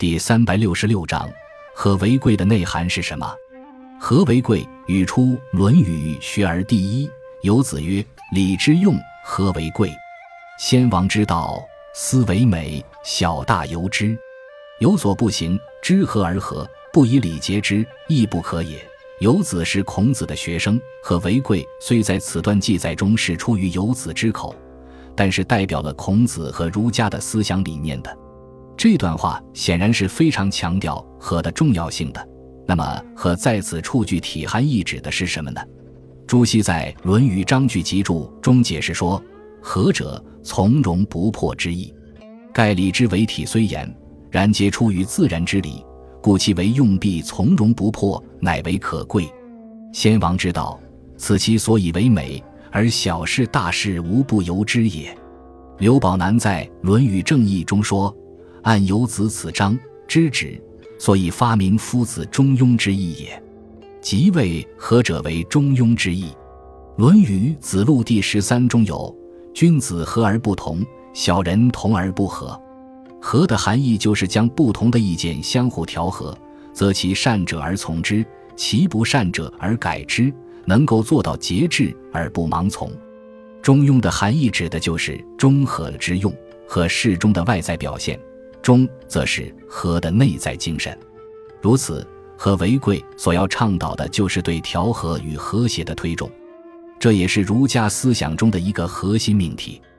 第366章，和为贵的内涵是什么？和为贵，语出《论语·学而第一》，有子曰：礼之用，和为贵。先王之道，斯为美，小大由之。有所不行，知和而和，不以礼节之，亦不可也。游子是孔子的学生，和为贵虽在此段记载中是出于游子之口，但是代表了孔子和儒家的思想理念的。这段话显然是非常强调和的重要性的。那么和在此处具体含义指的是什么呢？朱熹在《论语章句集注》中解释说，和者，从容不迫之意。盖礼之为体虽严，然皆出于自然之理，故其为用必从容不迫，乃为可贵。先王之道，此其所以为美，而小事大事无不由之也。刘宝南在《论语正义》中说，按游子此章之旨，所以发明夫子中庸之意也，即谓和者为中庸之意。《论语子路第13中有，君子和而不同，小人同而不和。和的含义就是将不同的意见相互调和，则其善者而从之，其不善者而改之，能够做到节制而不盲从。中庸的含义指的就是中和之用，和适中的外在表现，中则是和的内在精神。如此，和为贵所要倡导的就是对调和与和谐的推重，这也是儒家思想中的一个核心命题。